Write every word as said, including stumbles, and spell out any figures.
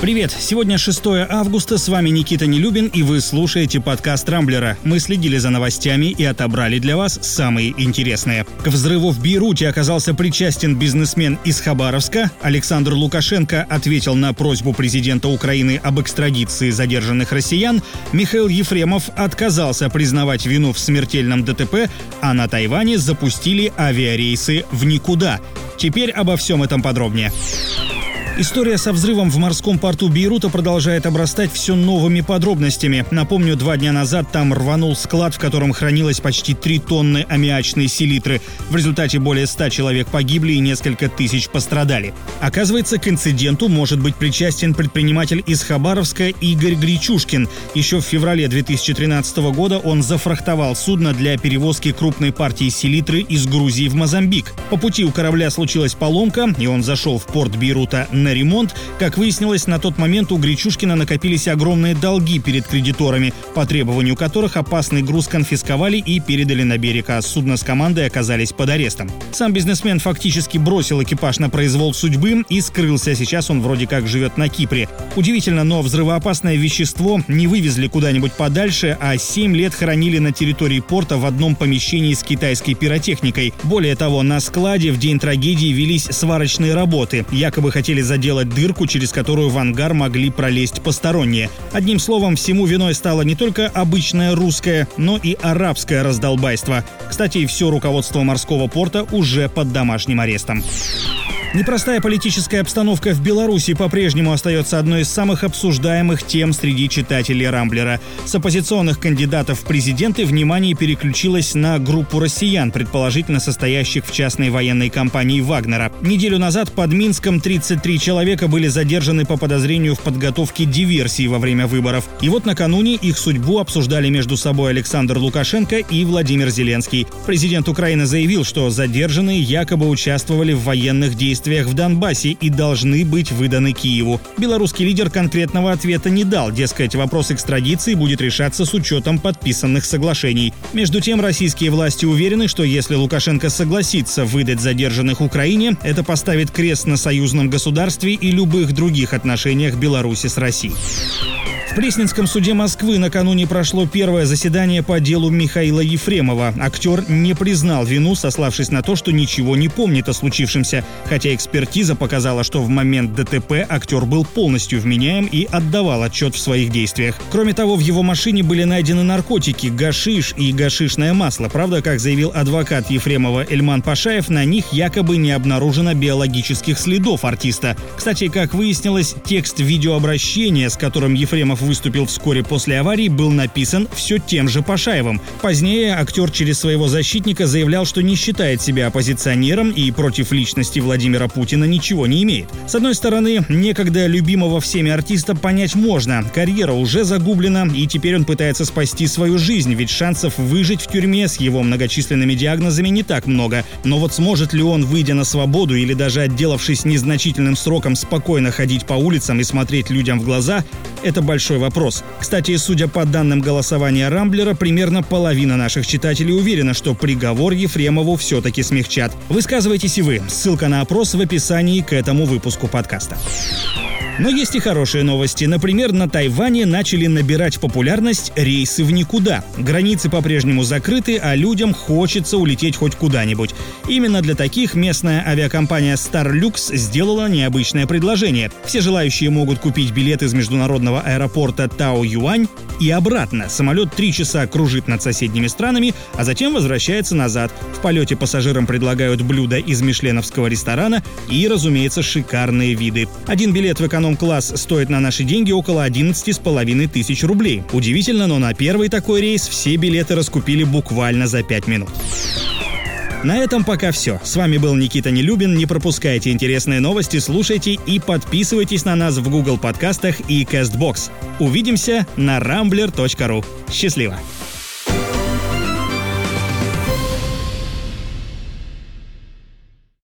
Привет! Сегодня шестое августа, с вами Никита Нелюбин, и вы слушаете подкаст «Рамблера». Мы следили за новостями и отобрали для вас самые интересные. К взрыву в Бейруте оказался причастен бизнесмен из Хабаровска. Александр Лукашенко ответил на просьбу президента Украины об экстрадиции задержанных россиян. Михаил Ефремов отказался признавать вину в смертельном ДТП, а на Тайване запустили авиарейсы в никуда. Теперь обо всем этом подробнее. История со взрывом в морском порту Бейрута продолжает обрастать все новыми подробностями. Напомню, два дня назад там рванул склад, в котором хранилось почти три тонны аммиачной селитры. В результате более ста человек погибли и несколько тысяч пострадали. Оказывается, к инциденту может быть причастен предприниматель из Хабаровска Игорь Гречушкин. Еще в феврале две тысячи тринадцатого года он зафрахтовал судно для перевозки крупной партии селитры из Грузии в Мозамбик. По пути у корабля случилась поломка, и он зашел в порт Бейрута на ремонт. Как выяснилось, на тот момент у Гречушкина накопились огромные долги перед кредиторами, по требованию которых опасный груз конфисковали и передали на берег, а судно с командой оказались под арестом. Сам бизнесмен фактически бросил экипаж на произвол судьбы и скрылся. Сейчас он вроде как живет на Кипре. Удивительно, но взрывоопасное вещество не вывезли куда-нибудь подальше, а семь лет хранили на территории порта в одном помещении с китайской пиротехникой. Более того, на складе в день трагедии велись сварочные работы. Якобы хотели заделать дырку, через которую в ангар могли пролезть посторонние. Одним словом, всему виной стало не только обычное русское, но и арабское раздолбайство. Кстати, все руководство морского порта уже под домашним арестом. Непростая политическая обстановка в Беларуси по-прежнему остается одной из самых обсуждаемых тем среди читателей «Рамблера». С оппозиционных кандидатов в президенты внимание переключилось на группу россиян, предположительно состоящих в частной военной компании «Вагнера». Неделю назад под Минском тридцать три человека были задержаны по подозрению в подготовке диверсии во время выборов. И вот накануне их судьбу обсуждали между собой Александр Лукашенко и Владимир Зеленский. Президент Украины заявил, что задержанные якобы участвовали в военных действиях в Донбассе и должны быть выданы Киеву. Белорусский лидер конкретного ответа не дал, дескать, вопрос экстрадиции будет решаться с учетом подписанных соглашений. Между тем, российские власти уверены, что если Лукашенко согласится выдать задержанных Украине, это поставит крест на союзном государстве и любых других отношениях Беларуси с Россией. В Пресненском суде Москвы накануне прошло первое заседание по делу Михаила Ефремова. Актер не признал вину, сославшись на то, что ничего не помнит о случившемся, хотя экспертиза показала, что в момент ДТП актер был полностью вменяем и отдавал отчет в своих действиях. Кроме того, в его машине были найдены наркотики, гашиш и гашишное масло. Правда, как заявил адвокат Ефремова Эльман Пашаев, на них якобы не обнаружено биологических следов артиста. Кстати, как выяснилось, текст видеообращения, с которым Ефремов выступил вскоре после аварии, был написан все тем же Пашаевым. Позднее актер через своего защитника заявлял, что не считает себя оппозиционером и против личности Владимира Путина ничего не имеет. С одной стороны, некогда любимого всеми артиста понять можно. Карьера уже загублена, и теперь он пытается спасти свою жизнь, ведь шансов выжить в тюрьме с его многочисленными диагнозами не так много. Но вот сможет ли он, выйдя на свободу или даже отделавшись незначительным сроком, спокойно ходить по улицам и смотреть людям в глаза – это большой вопрос. Кстати, судя по данным голосования «Рамблера», примерно половина наших читателей уверена, что приговор Ефремову все-таки смягчат. Высказывайтесь и вы. Ссылка на опрос в описании к этому выпуску подкаста. Но есть и хорошие новости. Например, на Тайване начали набирать популярность рейсы в никуда. Границы по-прежнему закрыты, а людям хочется улететь хоть куда-нибудь. Именно для таких местная авиакомпания Starlux сделала необычное предложение. Все желающие могут купить билет из международного аэропорта Таоюань и обратно. Самолет три часа кружит над соседними странами, а затем возвращается назад. В полете пассажирам предлагают блюда из мишленовского ресторана и, разумеется, шикарные виды. Один билет в эконом-класс стоит на наши деньги около одиннадцать с половиной тысяч рублей. Удивительно, но на первый такой рейс все билеты раскупили буквально за пять минут. На этом пока все. С вами был Никита Нелюбин. Не пропускайте интересные новости, слушайте и подписывайтесь на нас в Google подкастах и Castbox. Увидимся на рамблер точка ру. Счастливо!